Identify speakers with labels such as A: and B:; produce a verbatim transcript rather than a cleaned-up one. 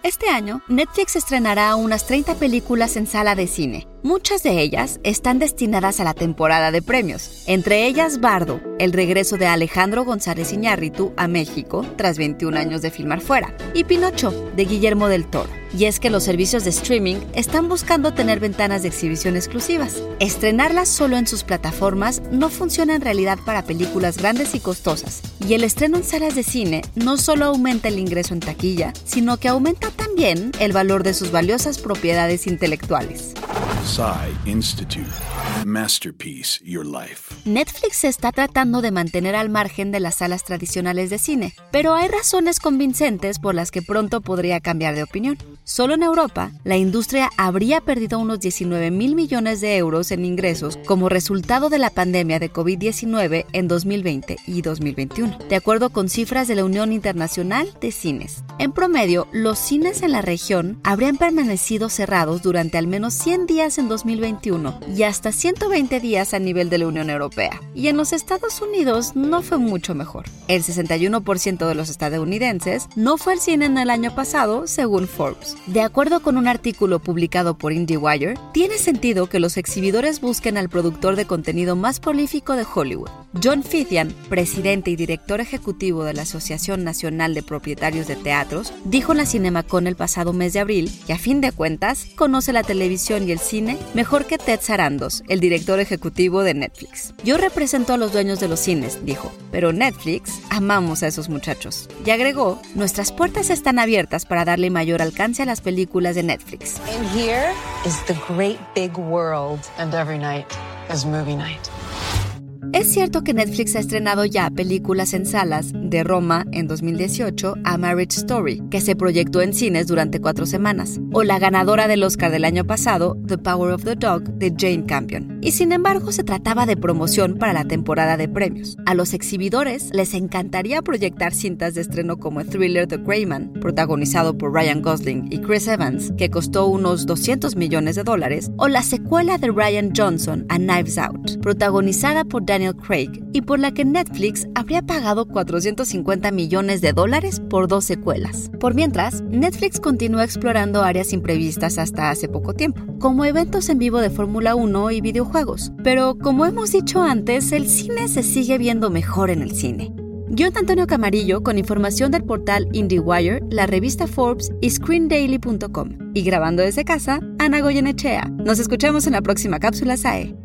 A: Este año, Netflix estrenará unas treinta películas en sala de cine. Muchas de ellas están destinadas a la temporada de premios, entre ellas Bardo, el regreso de Alejandro González Iñárritu a México tras veintiún años de filmar fuera, y Pinocho, de Guillermo del Toro. Y es que los servicios de streaming están buscando tener ventanas de exhibición exclusivas. Estrenarlas solo en sus plataformas no funciona en realidad para películas grandes y costosas, y el estreno en salas de cine no solo aumenta el ingreso en taquilla, sino que aumenta también el valor de sus valiosas propiedades intelectuales.
B: Psy Institute. Masterpiece Your Life.
A: Netflix se está tratando de mantener al margen de las salas tradicionales de cine, pero hay razones convincentes por las que pronto podría cambiar de opinión. Solo en Europa, la industria habría perdido unos diecinueve mil millones de euros en ingresos como resultado de la pandemia de covid diecinueve en dos mil veinte y dos mil veintiuno, de acuerdo con cifras de la Unión Internacional de Cines. En promedio, los cines en la región habrían permanecido cerrados durante al menos cien días en dos mil veintiuno y hasta ciento veinte días a nivel de la Unión Europea. Y en los Estados Unidos no fue mucho mejor. El sesenta y uno por ciento de los estadounidenses no fue al cine en el año pasado, según Forbes. De acuerdo con un artículo publicado por IndieWire, tiene sentido que los exhibidores busquen al productor de contenido más prolífico de Hollywood. John Fithian, presidente y director ejecutivo de la Asociación Nacional de Propietarios de Teatros, dijo en la CinemaCon el pasado mes de abril que a fin de cuentas conoce la televisión y el cine mejor que Ted Sarandos, el director ejecutivo de Netflix. Yo represento a los dueños de los cines, dijo, pero Netflix amamos a esos muchachos. Y agregó, nuestras puertas están abiertas para darle mayor alcance a las películas de Netflix.
C: And here is the great big world, and every night is movie night.
A: Es cierto que Netflix ha estrenado ya películas en salas, de Roma en dos mil dieciocho a Marriage Story, que se proyectó en cines durante cuatro semanas, o la ganadora del Oscar del año pasado, The Power of the Dog, de Jane Campion. Y sin embargo se trataba de promoción para la temporada de premios. A los exhibidores les encantaría proyectar cintas de estreno como el thriller The Gray Man, protagonizado por Ryan Gosling y Chris Evans, que costó unos doscientos millones de dólares, o la secuela de Rian Johnson a Knives Out, protagonizada por Daniel Craig, y por la que Netflix habría pagado cuatrocientos cincuenta millones de dólares por dos secuelas. Por mientras, Netflix continúa explorando áreas imprevistas hasta hace poco tiempo, como eventos en vivo de Fórmula uno y videojuegos. Pero como hemos dicho antes, el cine se sigue viendo mejor en el cine. Guión de Antonio Camarillo, con información del portal IndieWire, la revista Forbes y Screen Daily punto com. Y grabando desde casa, Ana Goyenechea. Nos escuchamos en la próxima cápsula S A E.